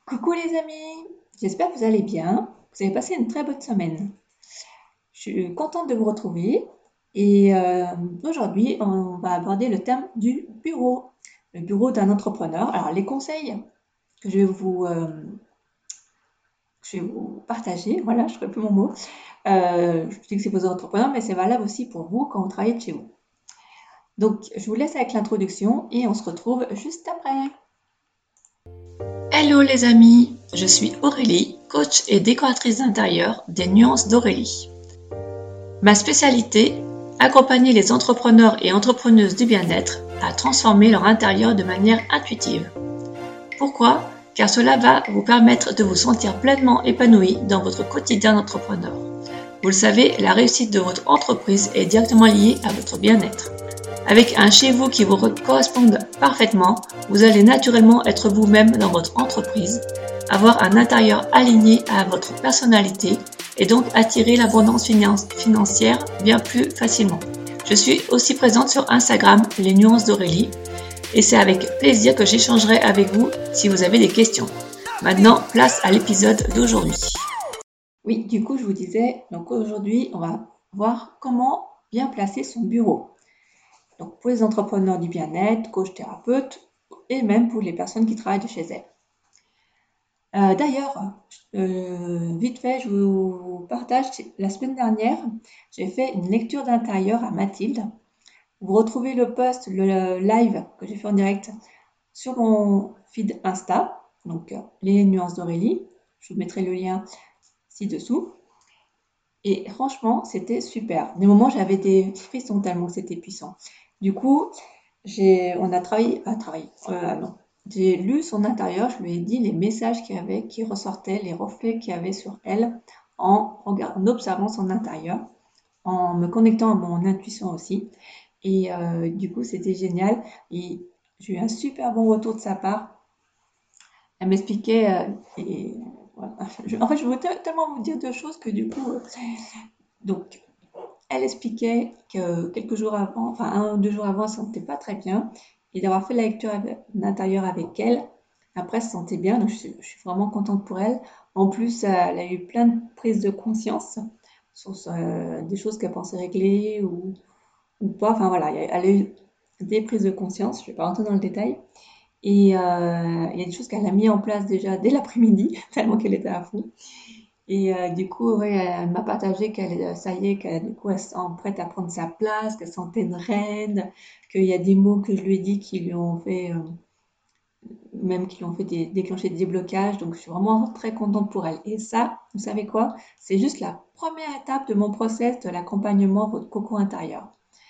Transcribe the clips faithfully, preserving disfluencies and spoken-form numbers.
Coucou les amis, j'espère que vous allez bien. Vous avez passé une très bonne semaine. Je suis contente de vous retrouver et euh, aujourd'hui on va aborder le thème du bureau, le bureau d'un entrepreneur. Alors les conseils que je vais vous, euh, je vais vous partager, voilà, je ne plus mon mot. Euh, je dis que c'est pour les entrepreneurs, mais c'est valable aussi pour vous quand vous travaillez de chez vous. Donc je vous laisse avec l'introduction et on se retrouve juste après. Hello les amis, je suis Aurélie, coach et décoratrice d'intérieur des Nuances d'Aurélie. Ma spécialité, accompagner les entrepreneurs et entrepreneuses du bien-être à transformer leur intérieur de manière intuitive. Pourquoi? Car cela va vous permettre de vous sentir pleinement épanoui dans votre quotidien d'entrepreneur. Vous le savez, la réussite de votre entreprise est directement liée à votre bien-être. Avec un chez vous qui vous corresponde parfaitement, vous allez naturellement être vous-même dans votre entreprise, avoir un intérieur aligné à votre personnalité et donc attirer l'abondance financière bien plus facilement. Je suis aussi présente sur Instagram, les Nuances d'Aurélie, et c'est avec plaisir que j'échangerai avec vous si vous avez des questions. Maintenant, place à l'épisode d'aujourd'hui. Oui, du coup, je vous disais, donc aujourd'hui, on va voir comment bien placer son bureau. Donc pour les entrepreneurs du bien-être, coach thérapeute et même pour les personnes qui travaillent de chez elles. Euh, D'ailleurs, euh, vite fait, je vous partage, la semaine dernière, j'ai fait une lecture d'intérieur à Mathilde. Vous retrouvez le post, le live que j'ai fait en direct sur mon feed Insta, donc les nuances d'Aurélie. Je vous mettrai le lien ci-dessous. Et franchement, c'était super. Des moments, j'avais des frissons tellement que c'était puissant. Du coup, j'ai, on a travaillé, à travailler, euh, non. J'ai lu son intérieur, je lui ai dit les messages qu'il y avait, qui ressortaient, les reflets qu'il y avait sur elle, en, regard- en observant son intérieur, en me connectant à mon intuition aussi. Et euh, du coup, c'était génial. Et j'ai eu un super bon retour de sa part. Elle m'expliquait, euh, et voilà. Je- en fait, je veux te- tellement vous dire deux choses que du coup, euh, donc, elle expliquait que quelques jours avant, enfin un ou deux jours avant, elle ne se sentait pas très bien et d'avoir fait la lecture d'intérieur avec elle. Après, elle se sentait bien, donc je suis, je suis vraiment contente pour elle. En plus, elle a eu plein de prises de conscience sur euh, des choses qu'elle pensait régler ou, ou pas. Enfin voilà, elle a eu des prises de conscience, je ne vais pas rentrer dans le détail. Et euh, il y a des choses qu'elle a mis en place déjà dès l'après-midi, tellement qu'elle était à fond. Et euh, du coup, ouais, elle m'a partagé qu'elle, euh, ça y est, qu'elle, du coup, elle se sent prête à prendre sa place, qu'elle se sentait une reine, qu'il y a des mots que je lui ai dit qui lui ont fait, euh, même qui lui ont fait des- déclencher des déblocages. Donc, je suis vraiment très contente pour elle. Et ça, vous savez quoi? C'est juste la première étape de mon process de l'accompagnement, votre cocon intérieur.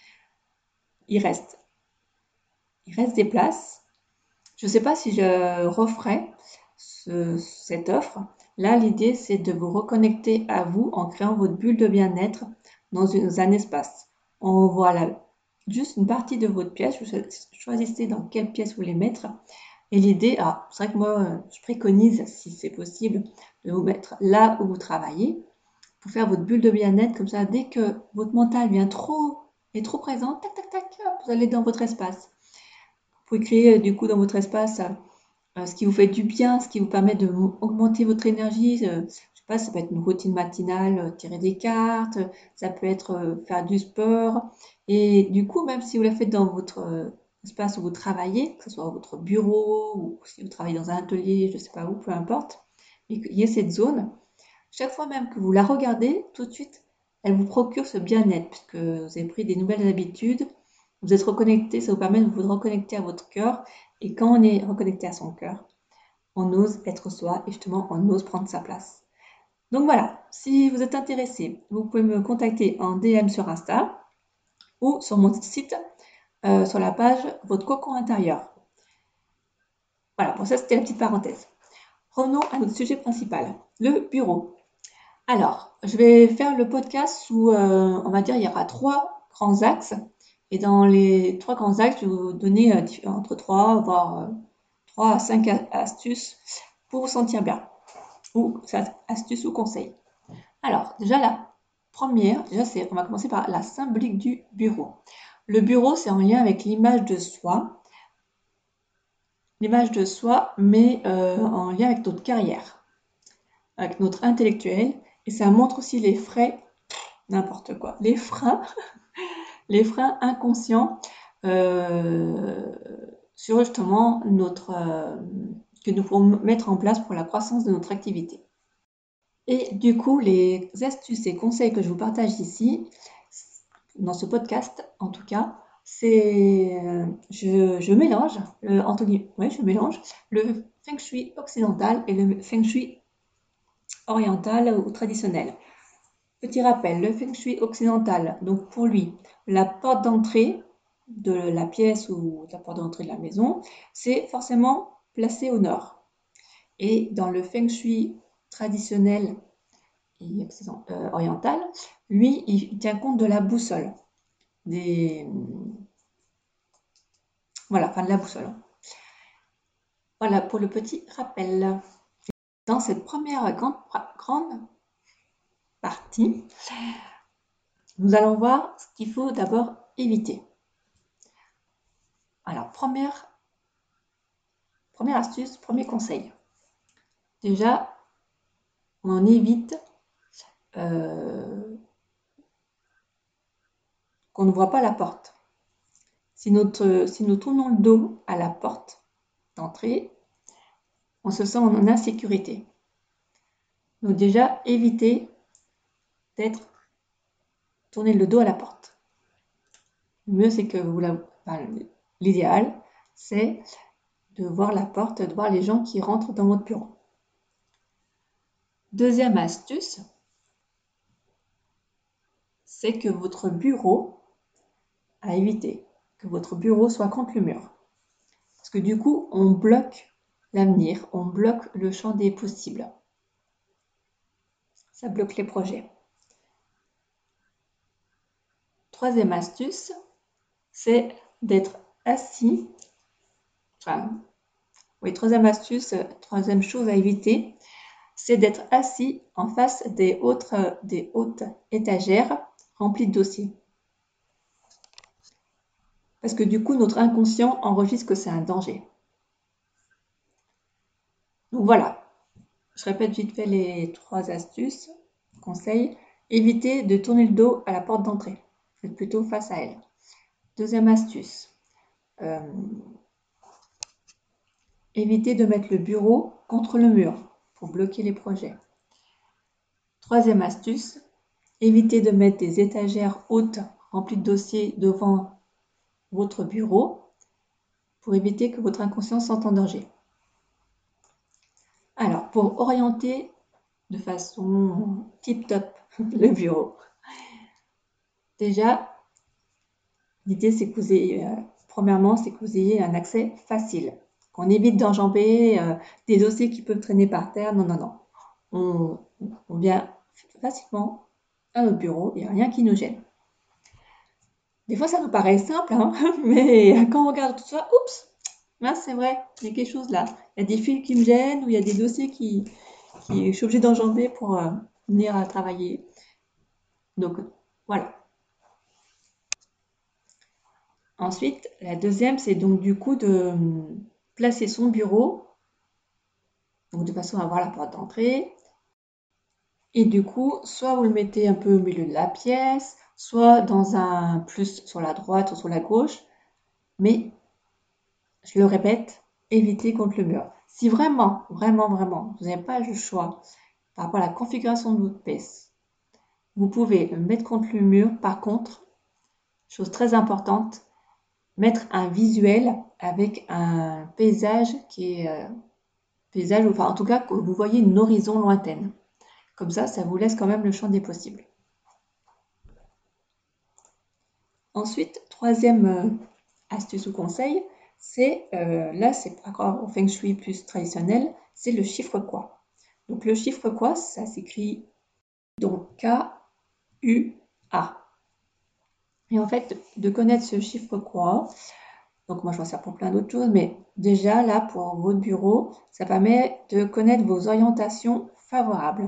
Il reste, il reste des places. Je ne sais pas si je referai ce- cette offre. Là, l'idée, c'est de vous reconnecter à vous en créant votre bulle de bien-être dans une- un espace. On voit là juste une partie de votre pièce. Vous choisissez dans quelle pièce vous voulez mettre. Et l'idée, ah, c'est vrai que moi, euh, je préconise, si c'est possible, de vous mettre là où vous travaillez pour faire votre bulle de bien-être. Comme ça, dès que votre mental vient trop, est trop présent, tac, tac, tac, hop, vous allez dans votre espace. Vous pouvez créer euh, du coup dans votre espace euh, ce qui vous fait du bien, ce qui vous permet d'augmenter votre énergie. Euh, je sais pas, ça peut être une routine matinale, euh, tirer des cartes, ça peut être euh, faire du sport. Et du coup, même si vous la faites dans votre euh, espace où vous travaillez, que ce soit votre bureau ou si vous travaillez dans un atelier, je sais pas où, peu importe, et qu'il y ait cette zone, chaque fois même que vous la regardez, tout de suite, elle vous procure ce bien-être, puisque vous avez pris des nouvelles habitudes, vous êtes reconnecté, ça vous permet de vous reconnecter à votre cœur. Et quand on est reconnecté à son cœur, on ose être soi et justement on ose prendre sa place. Donc voilà, si vous êtes intéressé, vous pouvez me contacter en D M sur Insta ou sur mon site, euh, sur la page Votre cocon intérieur. Voilà, pour ça c'était la petite parenthèse. Revenons à notre sujet principal, le bureau. Alors, je vais faire le podcast sous, euh, on va dire, il y aura trois grands axes. Et dans les trois grands axes, je vais vous donner euh, entre trois, voire euh, trois à cinq astuces pour vous sentir bien. Ou astuces ou conseils. Alors, déjà la première, déjà c'est, on va commencer par la symbolique du bureau. Le bureau, c'est en lien avec l'image de soi. l'image de soi, mais euh, en lien avec notre carrière, avec notre intellectuel. Et ça montre aussi les frais, n'importe quoi, les freins, les freins inconscients euh, sur justement notre euh, que nous pouvons mettre en place pour la croissance de notre activité. Et du coup, les astuces et conseils que je vous partage ici, dans ce podcast en tout cas, c'est euh, je, je mélange, le, entre guillemets, ouais, je mélange le feng shui occidental et le feng shui oriental ou traditionnel. Petit rappel, le feng shui occidental, donc pour lui, la porte d'entrée de la pièce ou de la porte d'entrée de la maison, c'est forcément placé au nord. Et dans le feng shui traditionnel et euh, oriental, lui, il tient compte de la boussole. Des... Voilà, enfin de la boussole. Voilà pour le petit rappel. Dans cette première grande, grande partie, nous allons voir ce qu'il faut d'abord éviter. Alors, première, première astuce, premier conseil. Déjà, on évite euh, qu'on ne voit pas la porte. Si, notre, si nous tournons le dos à la porte d'entrée, on se sent en insécurité. Donc déjà, évitez d'être tourné le dos à la porte. Le mieux, c'est que vous la... Enfin, l'idéal, c'est de voir la porte, de voir les gens qui rentrent dans votre bureau. Deuxième astuce, c'est que votre bureau, à éviter, que votre bureau soit contre le mur. Parce que du coup, on bloque l'avenir, on bloque le champ des possibles. Ça bloque les projets. Troisième astuce, c'est d'être assis. Enfin, oui, troisième astuce, troisième chose à éviter, c'est d'être assis en face des hautes, des hautes étagères remplies de dossiers. Parce que du coup, notre inconscient enregistre que c'est un danger. Donc voilà, je répète vite fait les trois astuces, conseils. Évitez de tourner le dos à la porte d'entrée. Faites plutôt face à elle. Deuxième astuce, euh, évitez de mettre le bureau contre le mur pour bloquer les projets. Troisième astuce, évitez de mettre des étagères hautes remplies de dossiers devant votre bureau pour éviter que votre inconscient sente en danger. Alors, pour orienter de façon tip-top le bureau, déjà, l'idée c'est que vous ayez, euh, premièrement, c'est que vous ayez un accès facile, qu'on évite d'enjamber euh, des dossiers qui peuvent traîner par terre. Non, non, non. On, on vient facilement à notre bureau, il n'y a rien qui nous gêne. Des fois, ça nous paraît simple, hein, mais quand on regarde tout ça, oups, mince, c'est vrai, il y a quelque chose là. Il y a des fils qui me gênent ou il y a des dossiers qui, qui je suis obligée d'enjamber pour euh, venir à travailler. Donc, voilà. Ensuite, la deuxième, c'est donc du coup de placer son bureau, donc de façon à avoir la porte d'entrée. Et du coup, soit vous le mettez un peu au milieu de la pièce, soit dans un plus sur la droite ou sur la gauche, mais je le répète, évitez contre le mur. Si vraiment, vraiment, vraiment, vous n'avez pas le choix par rapport à la configuration de votre pièce, vous pouvez le mettre contre le mur. Par contre, chose très importante, mettre un visuel avec un paysage qui est euh, paysage, enfin en tout cas que vous voyez une horizon lointaine. Comme ça, ça vous laisse quand même le champ des possibles. Ensuite, troisième euh, astuce ou conseil, c'est, euh, là c'est par rapport au feng shui plus traditionnel, c'est le chiffre quoi. Donc le chiffre quoi, ça s'écrit donc K U A. Et en fait, de connaître ce chiffre quoi, donc moi je m'en sers pour plein d'autres choses, mais déjà là pour votre bureau, ça permet de connaître vos orientations favorables.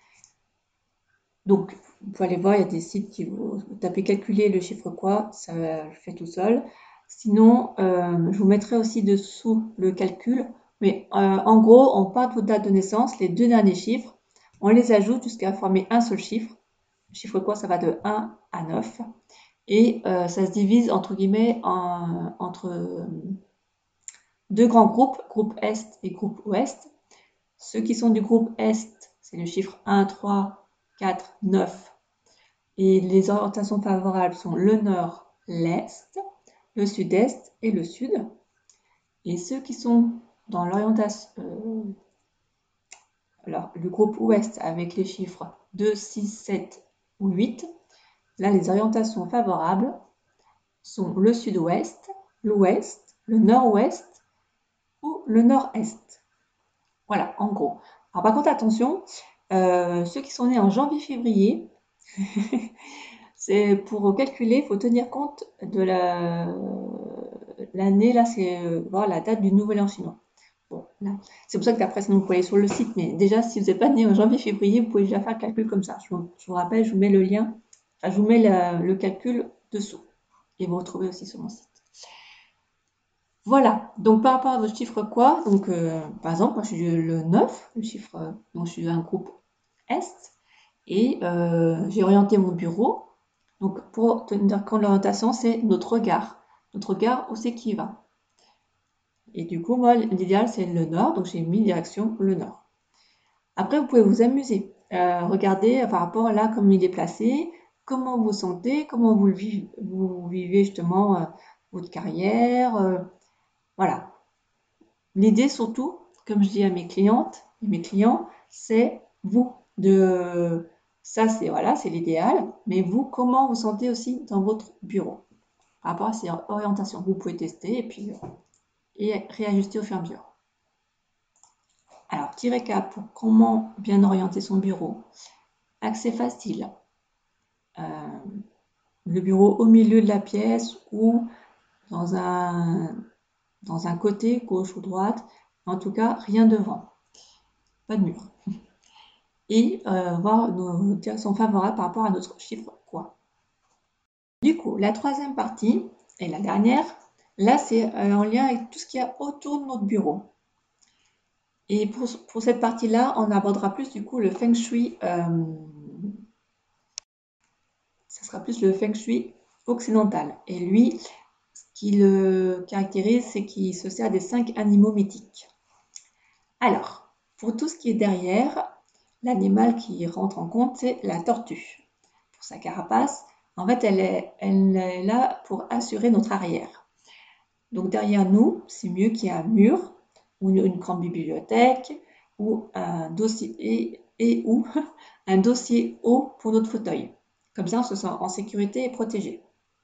Donc vous pouvez aller voir, il y a des sites qui vous, vous tapez calculer le chiffre quoi, ça le fait tout seul. Sinon, euh, je vous mettrai aussi dessous le calcul. Mais euh, en gros, on part de votre date de naissance, les deux derniers chiffres, on les ajoute jusqu'à former un seul chiffre. Le chiffre quoi, ça va de un à neuf. Et euh, ça se divise entre guillemets en, entre euh, deux grands groupes, groupe Est et groupe Ouest. Ceux qui sont du groupe Est, c'est le chiffre un, trois, quatre, neuf. Et les orientations favorables sont le nord, l'est, le sud-est et le sud. Et ceux qui sont dans l'orientation, euh, alors le groupe ouest avec les chiffres deux, six, sept ou huit, là les orientations favorables sont le sud-ouest, l'ouest, le nord-ouest ou le nord-est. Voilà, en gros. Alors par contre, attention, euh, ceux qui sont nés en janvier-février, c'est pour calculer, il faut tenir compte de la l'année, là, c'est euh, voir la date du nouvel an chinois. Bon, là, c'est pour ça que d'après, sinon vous pouvez aller sur le site, mais déjà, si vous n'êtes pas né en janvier-février, vous pouvez déjà faire le calcul comme ça. Je vous, je vous rappelle, je vous mets le lien, enfin, je vous mets la, le calcul dessous, et vous retrouvez aussi sur mon site. Voilà, donc par rapport à votre chiffre quoi, donc euh, par exemple, moi je suis le neuf, le chiffre, euh, donc je suis un groupe Est, et euh, j'ai orienté mon bureau. Donc pour tenir compte de l'orientation, c'est notre regard. Notre regard, où c'est qui va. Et du coup, moi, l'idéal, c'est le nord, donc j'ai mis direction le nord. Après, vous pouvez vous amuser. Euh, regardez par rapport à là, comme il est placé, comment vous vous sentez, comment vous, le vivez, vous vivez justement euh, votre carrière. Euh, voilà. L'idée surtout, comme je dis à mes clientes et mes clients, c'est vous. De ça, c'est voilà, c'est l'idéal. Mais vous, comment vous sentez aussi dans votre bureau par rapport à ces orientations. Vous pouvez tester et puis euh, et réajuster au fur et à mesure. Alors, petit récap pour comment bien orienter son bureau. Accès facile. Euh, le bureau au milieu de la pièce ou dans un, dans un côté, gauche ou droite. En tout cas, rien devant. Pas de mur. Et euh, voir nos directions favorables par rapport à notre chiffre quoi. Du coup, la troisième partie, et la dernière, là c'est euh, en lien avec tout ce qu'il y a autour de notre bureau. Et pour, pour cette partie-là, on abordera plus du coup le feng shui, euh, ça sera plus le feng shui occidental. Et lui, ce qui le caractérise, c'est qu'il se sert des cinq animaux mythiques. Alors, pour tout ce qui est derrière, l'animal qui rentre en compte, c'est la tortue. Pour sa carapace, en fait, elle est, elle est là pour assurer notre arrière. Donc derrière nous, c'est mieux qu'il y ait un mur ou une, une grande bibliothèque ou un dossier et, et ou un dossier haut pour notre fauteuil. Comme ça, on se sent en sécurité et protégé.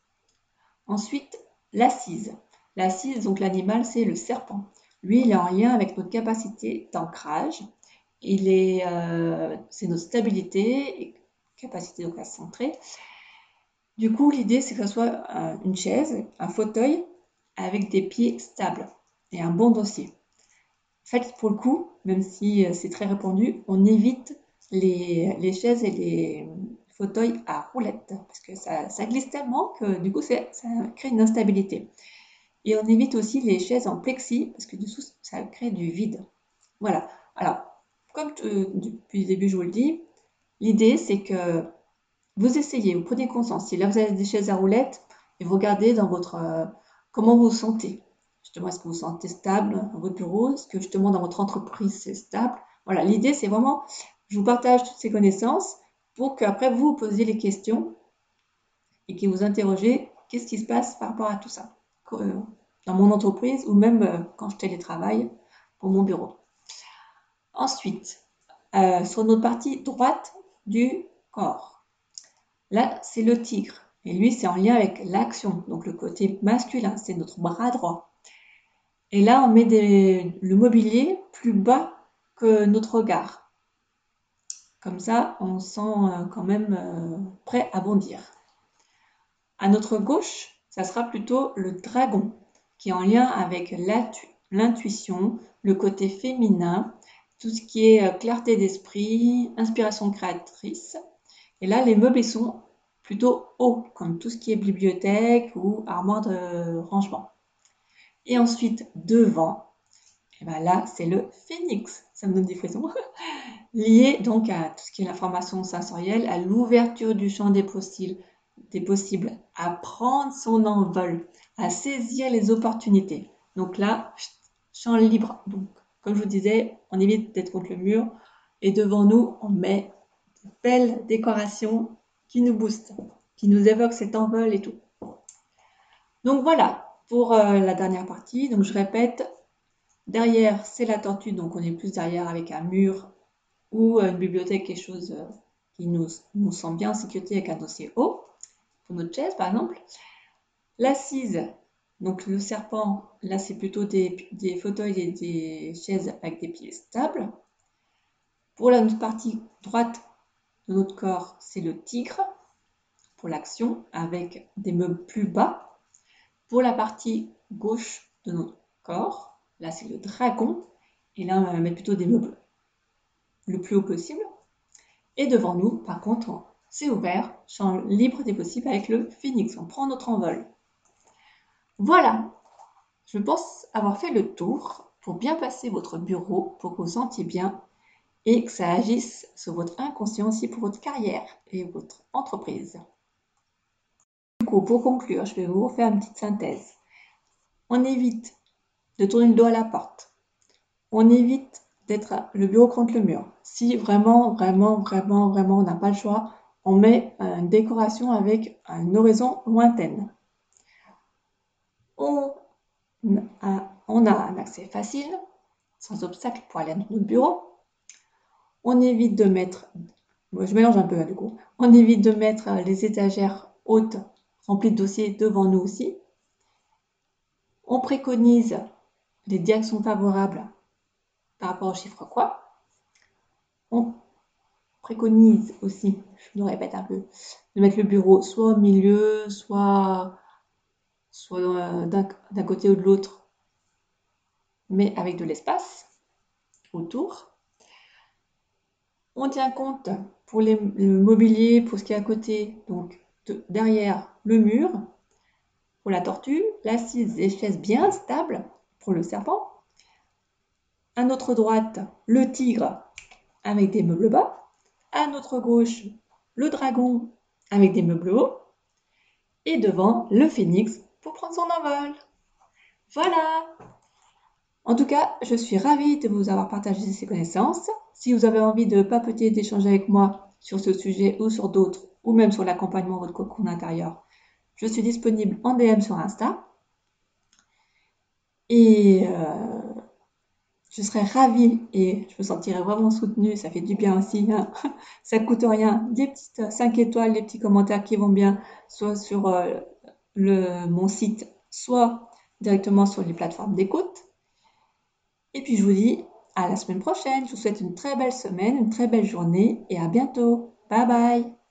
Ensuite, l'assise. L'assise, donc l'animal, c'est le serpent. Lui, il est en lien avec notre capacité d'ancrage. Il est, euh, c'est notre stabilité et capacité donc à se centrer. Du coup, l'idée, c'est que ce soit euh, une chaise, un fauteuil avec des pieds stables et un bon dossier. En fait, pour le coup, même si c'est très répandu, on évite les, les chaises et les fauteuils à roulettes parce que ça, ça glisse tellement que du coup, ça crée une instabilité. Et on évite aussi les chaises en plexi parce que du coup, ça crée du vide. Voilà. Alors, comme euh, depuis le début, je vous le dis, l'idée, c'est que vous essayez, vous prenez conscience. Si là, vous avez des chaises à roulettes et vous regardez dans votre... Euh, comment vous vous sentez. Justement, est-ce que vous vous sentez stable dans votre bureau? Est-ce que justement dans votre entreprise, c'est stable? Voilà, l'idée, c'est vraiment, je vous partage toutes ces connaissances pour qu'après, vous vous posiez les questions et que vous interrogez qu'est-ce qui se passe par rapport à tout ça dans mon entreprise ou même quand je télétravaille pour mon bureau. Ensuite, euh, sur notre partie droite du corps, là, c'est le tigre. Et lui, c'est en lien avec l'action. Donc, le côté masculin, c'est notre bras droit. Et là, on met des, le mobilier plus bas que notre regard. Comme ça, on se sent quand même prêt à bondir. À notre gauche, ça sera plutôt le dragon, qui est en lien avec l'intuition, le côté féminin, tout ce qui est clarté d'esprit, inspiration créatrice. Et là, les meubles sont plutôt haut, comme tout ce qui est bibliothèque ou armoire de rangement. Et ensuite, devant, et ben là, c'est le phénix. Ça me donne des frissons. Lié donc à tout ce qui est l'information sensorielle, à l'ouverture du champ des possibles, des possibles, à prendre son envol, à saisir les opportunités. Donc là, champ libre. Donc, comme je vous disais, on évite d'être contre le mur. Et devant nous, on met de belles décorations qui nous boostent, qui nous évoquent cet envol et tout. Donc voilà pour euh, la dernière partie. Donc je répète, derrière c'est la tortue, donc on est plus derrière avec un mur ou une bibliothèque, quelque chose euh, qui nous, nous sent bien en sécurité avec un dossier haut, pour notre chaise par exemple. L'assise, donc le serpent, là c'est plutôt des, des fauteuils et des chaises avec des pieds stables. Pour la notre partie droite de notre corps, c'est le tigre, pour l'action, avec des meubles plus bas. Pour la partie gauche de notre corps, là c'est le dragon, et là on va mettre plutôt des meubles le plus haut possible. Et devant nous, par contre, c'est ouvert, champ libre des possibles avec le phénix, on prend notre envol. Voilà, je pense avoir fait le tour pour bien passer votre bureau, pour que vous vous sentiez bien et que ça agisse sur votre inconscient aussi pour votre carrière et votre entreprise. Du coup, pour conclure, je vais vous refaire une petite synthèse. On évite de tourner le dos à la porte. On évite d'être le bureau contre le mur. Si vraiment, vraiment, vraiment, vraiment on n'a pas le choix, on met une décoration avec une horizon lointaine. On a, on a un accès facile, sans obstacle pour aller à notre bureau. On évite de mettre, je mélange un peu du coup, on évite de mettre les étagères hautes remplies de dossiers devant nous aussi. On préconise les directions favorables par rapport au chiffre quoi. On préconise aussi, je me répète un peu, de mettre le bureau soit au milieu, soit, soit d'un côté ou de l'autre, mais avec de l'espace autour. On tient compte pour les, le mobilier, pour ce qui est à côté, donc de, derrière le mur, pour la tortue, l'assise et chaise bien stable pour le serpent. À notre droite, le tigre avec des meubles bas. À notre gauche, le dragon avec des meubles hauts. Et devant, le phénix pour prendre son envol. Voilà! En tout cas, je suis ravie de vous avoir partagé ces connaissances. Si vous avez envie de papoter, d'échanger avec moi sur ce sujet ou sur d'autres, ou même sur l'accompagnement de votre cocon intérieur, je suis disponible en D M sur Insta. Et euh, je serais ravie et je me sentirais vraiment soutenue, ça fait du bien aussi, hein. Ça coûte rien, des petites cinq étoiles, des petits commentaires qui vont bien, soit sur euh, le, mon site, soit directement sur les plateformes d'écoute. Et puis je vous dis à la semaine prochaine, je vous souhaite une très belle semaine, une très belle journée et à bientôt. Bye bye!